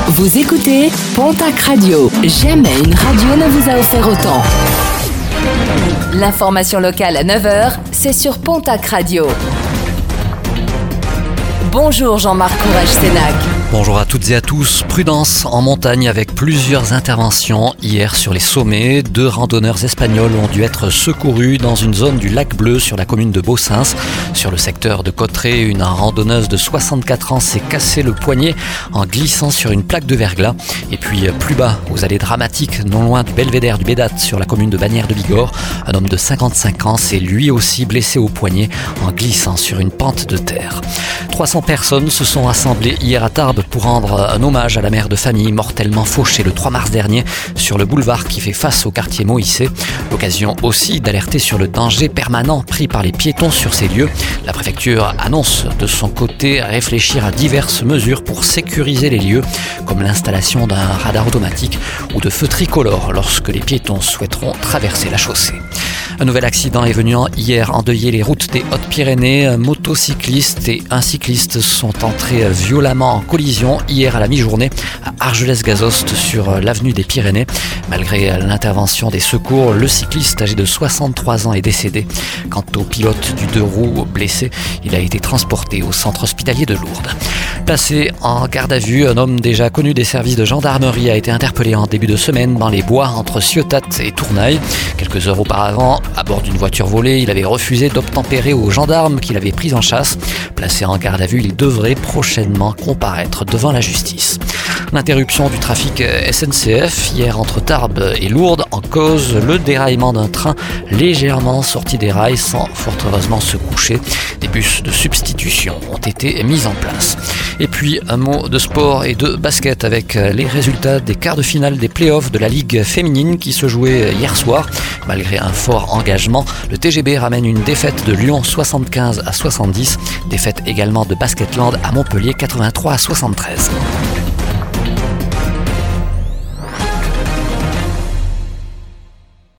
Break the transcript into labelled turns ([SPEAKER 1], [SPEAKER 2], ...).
[SPEAKER 1] Vous écoutez Pontac Radio. Jamais une radio ne vous a offert autant. L'information locale à 9h, c'est sur Pontac Radio. Bonjour Jean-Marc Courage-Sénac.
[SPEAKER 2] Bonjour à toutes et à tous. Prudence en montagne avec plusieurs interventions hier sur les sommets. 2 randonneurs espagnols ont dû être secourus dans une zone du lac Bleu sur la commune de Bossins. Sur le secteur de Cotterêts, une randonneuse de 64 ans s'est cassé le poignet en glissant sur une plaque de verglas. Et puis plus bas, aux allées dramatiques, non loin du belvédère du Bédat sur la commune de Bagnères de Bigorre, un homme de 55 ans s'est lui aussi blessé au poignet en glissant sur une pente de terre. 300 personnes se sont rassemblées hier à Tarbes pour rendre un hommage à la mère de famille mortellement fauchée le 3 mars dernier sur le boulevard qui fait face au quartier Moïse. L'occasion aussi d'alerter sur le danger permanent pris par les piétons sur ces lieux. La préfecture annonce de son côté réfléchir à diverses mesures pour sécuriser les lieux, comme l'installation d'un radar automatique ou de feux tricolores lorsque les piétons souhaiteront traverser la chaussée. Un nouvel accident est venu hier endeuiller les routes des Hautes-Pyrénées. Un motocycliste et un cycliste sont entrés violemment en collision hier à la mi-journée à Argelès-Gazost sur l'avenue des Pyrénées. Malgré l'intervention des secours, le cycliste âgé de 63 ans est décédé. Quant au pilote du 2 roues blessé, il a été transporté au centre hospitalier de Lourdes. Placé en garde à vue, un homme déjà connu des services de gendarmerie a été interpellé en début de semaine dans les bois entre Ciotat et Tournaille. Quelques heures auparavant, à bord d'une voiture volée, il avait refusé d'obtempérer aux gendarmes qu'il avait pris en chasse. Placé en garde à vue, il devrait prochainement comparaître devant la justice. L'interruption du trafic SNCF hier entre Tarbes et Lourdes en cause le déraillement d'un train légèrement sorti des rails sans fort heureusement se coucher. Des bus de substitution ont été mis en place. Et puis un mot de sport et de basket avec les résultats des quarts de finale des playoffs de la Ligue féminine qui se jouaient hier soir. Malgré un fort engagement, le TGB ramène une défaite de Lyon 75-70. Défaite également de Basketland à Montpellier 83-73.